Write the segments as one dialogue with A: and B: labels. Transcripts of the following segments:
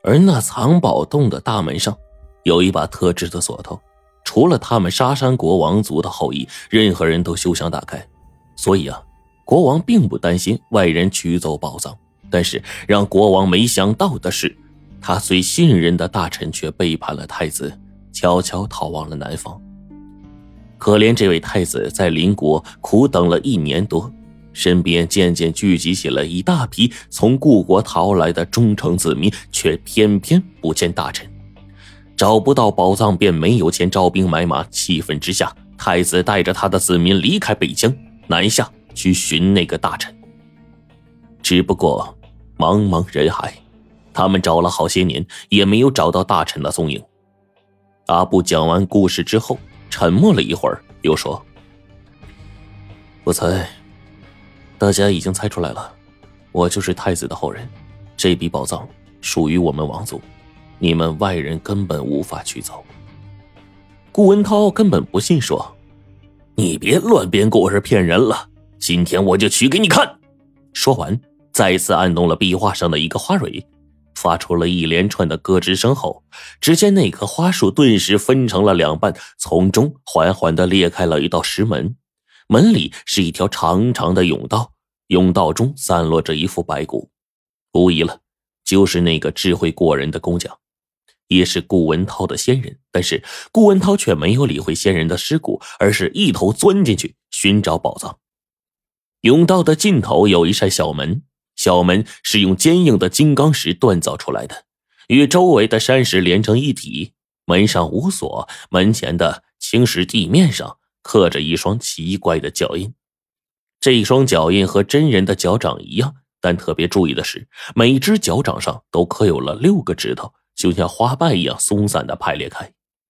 A: 而那藏宝洞的大门上有一把特制的锁头，除了他们沙山国王族的后裔，任何人都休想打开。所以国王并不担心外人取走宝藏，但是让国王没想到的是，他最信任的大臣却背叛了太子，悄悄逃往了南方。可怜这位太子在邻国苦等了1年多，身边渐渐聚集起了一大批从故国逃来的忠诚子民，却偏偏不见大臣。找不到宝藏便没有钱招兵买马，气愤之下，太子带着他的子民离开北疆，南下去寻那个大臣。只不过茫茫人海，他们找了好些年，也没有找到大臣的踪影。阿布讲完故事之后，沉默了一会儿，又说：我猜大家已经猜出来了，我就是太子的后人，这笔宝藏属于我们王族，你们外人根本无法取走。顾文涛根本不信，说：你别乱编故事骗人了，今天我就取给你看。说完再次按动了壁画上的一个花蕊，发出了一连串的咯吱声后，只见那棵花树顿时分成了2半，从中缓缓地裂开了一道石门，门里是一条长长的甬道，甬道中散落着一副白骨，无疑了，就是那个智慧过人的工匠，也是顾文涛的先人。但是顾文涛却没有理会先人的尸骨，而是一头钻进去寻找宝藏。甬道的尽头有一扇小门，小门是用坚硬的金刚石锻造出来的，与周围的山石连成一体。门上无锁，门前的青石地面上刻着一双奇怪的脚印。这一双脚印和真人的脚掌一样，但特别注意的是，每只脚掌上都刻有了6个指头，就像花瓣一样松散地排列开。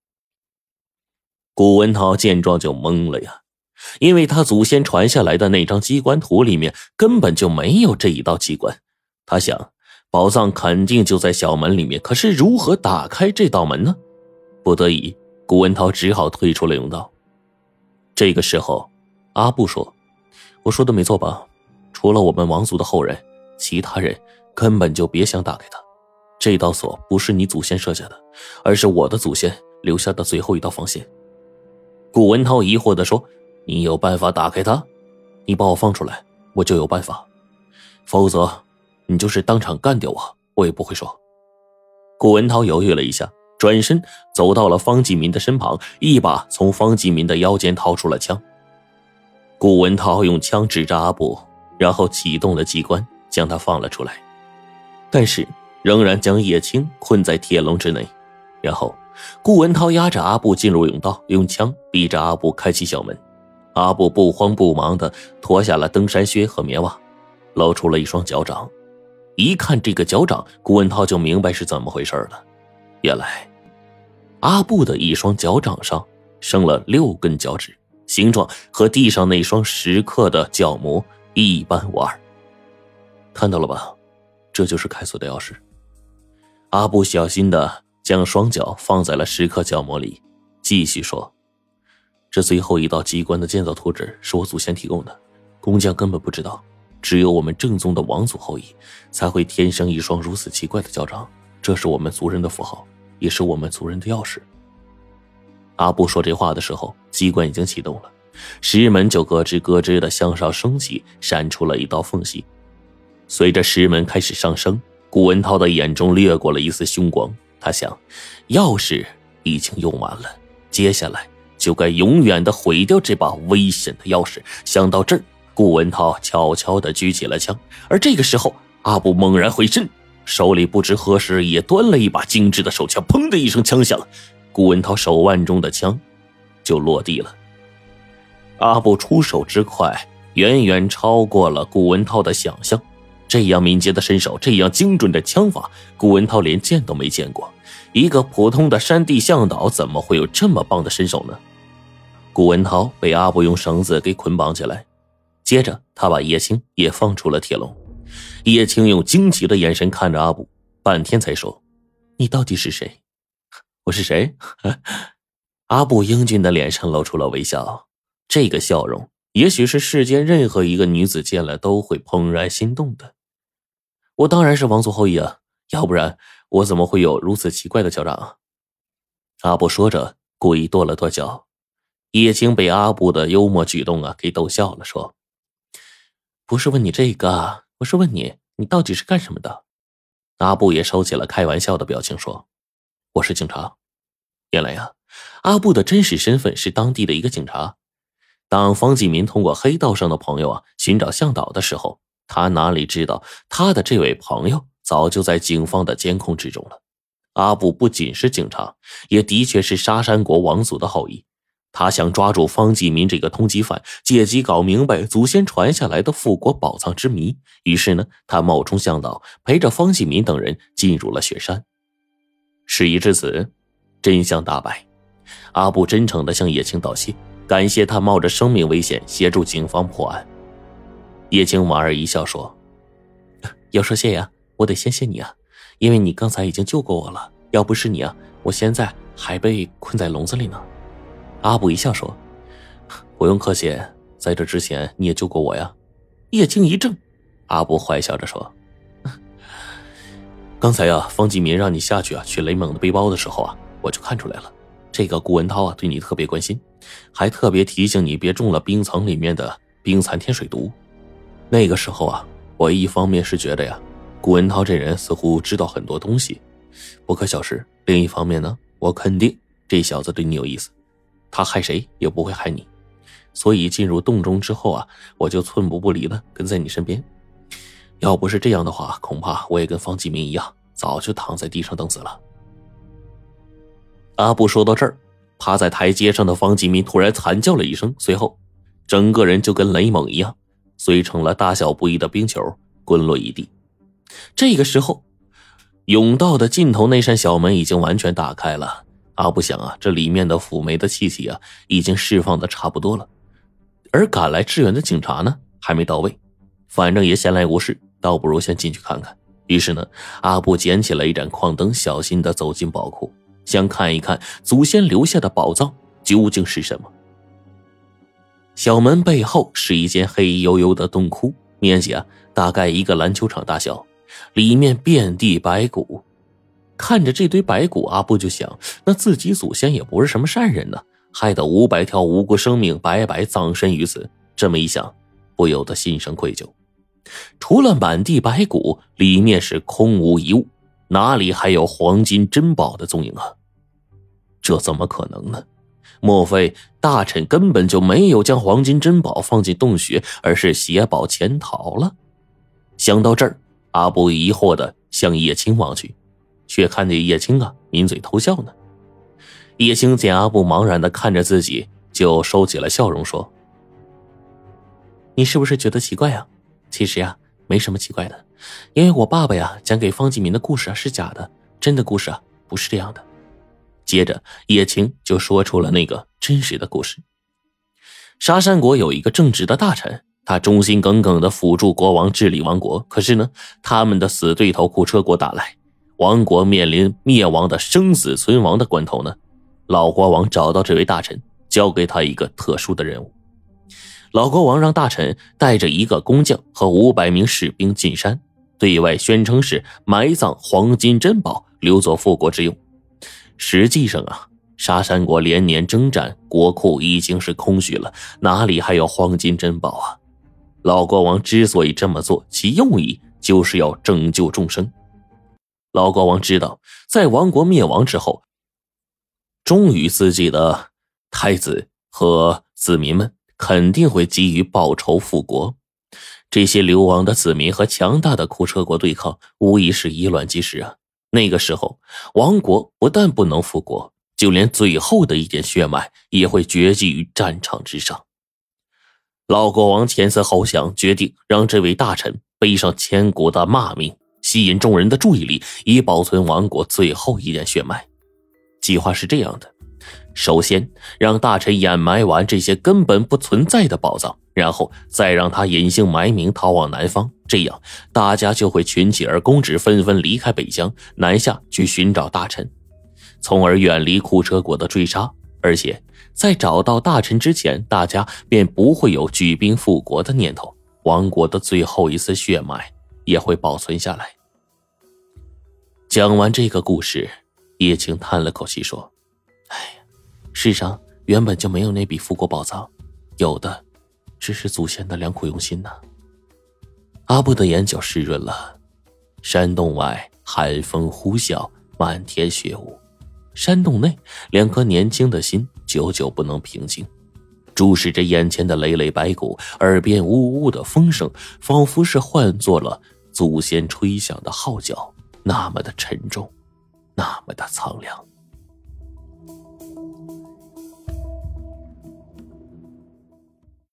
A: 顾文涛见状就懵了呀，因为他祖先传下来的那张机关图里面根本就没有这一道机关。他想，宝藏肯定就在小门里面，可是如何打开这道门呢？不得已，顾文涛只好退出了甬道。这个时候，阿布说：我说的没错吧？除了我们王族的后人，其他人根本就别想打开它。这道锁不是你祖先设下的，而是我的祖先留下的最后一道防线。顾文涛疑惑地说：你有办法打开它？你把我放出来，我就有办法，否则你就是当场干掉我，我也不会说。顾文涛犹豫了一下，转身走到了方继民的身旁，一把从方继民的腰间掏出了枪。顾文涛用枪指着阿布，然后启动了机关，将他放了出来，但是仍然将叶青困在铁笼之内。然后顾文涛压着阿布进入甬道，用枪逼着阿布开启小门。阿布不慌不忙地脱下了登山靴和棉袜，露出了一双脚掌。一看这个脚掌，顾文涛就明白是怎么回事了。原来阿布的一双脚掌上生了6根脚趾，形状和地上那双石刻的角膜一般无二。看到了吧，这就是开锁的钥匙。阿布小心地将双脚放在了石刻角膜里，继续说：这最后一道机关的建造图纸是我祖先提供的，工匠根本不知道，只有我们正宗的王族后裔才会天生一双如此奇怪的脚掌，这是我们族人的符号，也是我们族人的钥匙。阿布说这话的时候，机关已经启动了，石门就咯吱咯吱地向上升起，闪出了一道缝隙。随着石门开始上升，顾文涛的眼中掠过了一丝凶光，他想，钥匙已经用完了，接下来就该永远地毁掉这把危险的钥匙。想到这儿，顾文涛悄悄地举起了枪，而这个时候阿布猛然回身，手里不知何时也端了一把精致的手枪，砰的一声枪响，顾文涛手腕中的枪就落地了。阿布出手之快，远远超过了顾文涛的想象。这样敏捷的身手，这样精准的枪法，顾文涛连见都没见过。一个普通的山地向导怎么会有这么棒的身手呢？顾文涛被阿布用绳子给捆绑起来，接着他把叶青也放出了铁笼。叶青用惊奇的眼神看着阿布，半天才说：你到底是谁？我是谁？阿布英俊的脸上露出了微笑，这个笑容也许是世间任何一个女子见了都会怦然心动的。我当然是王族后裔啊， 要不然我怎么会有如此奇怪的脚掌啊？阿布说着故意跺了跺脚。叶青被阿布的幽默举动给逗笑了，说：不是问你这个，我是问你到底是干什么的？阿布也收起了开玩笑的表情，说：我是警察。原来阿布的真实身份是当地的一个警察。当方继民通过黑道上的朋友寻找向导的时候，他哪里知道他的这位朋友早就在警方的监控之中了。阿布不仅是警察，也的确是沙山国王族的后裔。他想抓住方继民这个通缉犯，借机搞明白祖先传下来的复国宝藏之谜。于是呢，他冒充向导，陪着方继民等人进入了雪山。事已至此，真相大白。阿布真诚地向叶青道谢，感谢他冒着生命危险协助警方破案。叶青莞尔一笑说：要说谢呀，我得先谢你因为你刚才已经救过我了，要不是你我现在还被困在笼子里呢。阿布一笑说：不用客气，在这之前你也救过我呀。叶青一怔，阿布坏笑着说：刚才方继民让你下去取雷猛的背包的时候我就看出来了，这个顾文涛对你特别关心，还特别提醒你别中了冰层里面的冰蚕天水毒。那个时候我一方面是觉得顾文涛这人似乎知道很多东西，不可小视，另一方面呢，我肯定这小子对你有意思，他害谁也不会害你，所以进入洞中之后我就寸步不离的跟在你身边。要不是这样的话，恐怕我也跟方继民一样，早就躺在地上等死了。阿布说到这儿，趴在台阶上的方继民突然惨叫了一声，随后整个人就跟雷猛一样，碎成了大小不一的冰球，滚落一地。这个时候，甬道的尽头那扇小门已经完全打开了。阿布想这里面的腐霉的气息已经释放的差不多了，而赶来支援的警察呢还没到位，反正也闲来无事，倒不如先进去看看。于是呢，阿布捡起了一盏矿灯，小心地走进宝库，想看一看祖先留下的宝藏究竟是什么。小门背后是一间黑黝黝的洞窟，面积大概一个篮球场大小，里面遍地白骨。看着这堆白骨，阿布就想，那自己祖先也不是什么善人呢，害得500条无辜生命白白葬身于此。这么一想，不由得心生愧疚。除了满地白骨，里面是空无一物，哪里还有黄金珍宝的踪影这怎么可能呢？莫非大臣根本就没有将黄金珍宝放进洞穴，而是携宝潜逃了？想到这儿，阿布疑惑地向叶青望去，却看见叶青抿嘴偷笑呢。叶青见阿布茫然地看着自己，就收起了笑容，说：你是不是觉得奇怪其实没什么奇怪的，因为我爸爸讲给方继民的故事是假的，真的故事不是这样的。接着叶青就说出了那个真实的故事。沙山国有一个正直的大臣，他忠心耿耿地辅助国王治理王国，可是呢，他们的死对头库车国打来，王国面临灭亡的生死存亡的关头呢，老国王找到这位大臣，交给他一个特殊的任务。老国王让大臣带着1个工匠和500名士兵进山，对外宣称是埋葬黄金珍宝，留作复国之用。实际上沙山国连年征战，国库已经是空虚了，哪里还有黄金珍宝老国王之所以这么做，其用意就是要拯救众生。老国王知道，在王国灭亡之后，忠于自己的太子和子民们肯定会急于报仇复国。这些流亡的子民和强大的库车国对抗，无疑是以卵击石那个时候，王国不但不能复国，就连最后的一点血脉也会绝迹于战场之上。老国王前思后想，决定让这位大臣背上千古的骂名，吸引众人的注意力，以保存王国最后一点血脉。计划是这样的，首先让大臣掩埋完这些根本不存在的宝藏，然后再让他隐姓埋名逃往南方，这样大家就会群起而攻之，纷纷离开北疆南下去寻找大臣，从而远离库车国的追杀。而且在找到大臣之前，大家便不会有举兵复国的念头，王国的最后一丝血脉也会保存下来。 讲完这个故事，叶青叹了口气说：哎呀，世上原本就没有那笔富国宝藏，有的只是祖先的良苦用心呐。阿布的眼角湿润了。山洞外寒风呼啸，漫天雪雾，山洞内2颗年轻的心久久不能平静，注视着眼前的累累白骨，耳边呜呜的风声仿佛是换作了祖先吹响的号角，那么的沉重，那么的苍凉。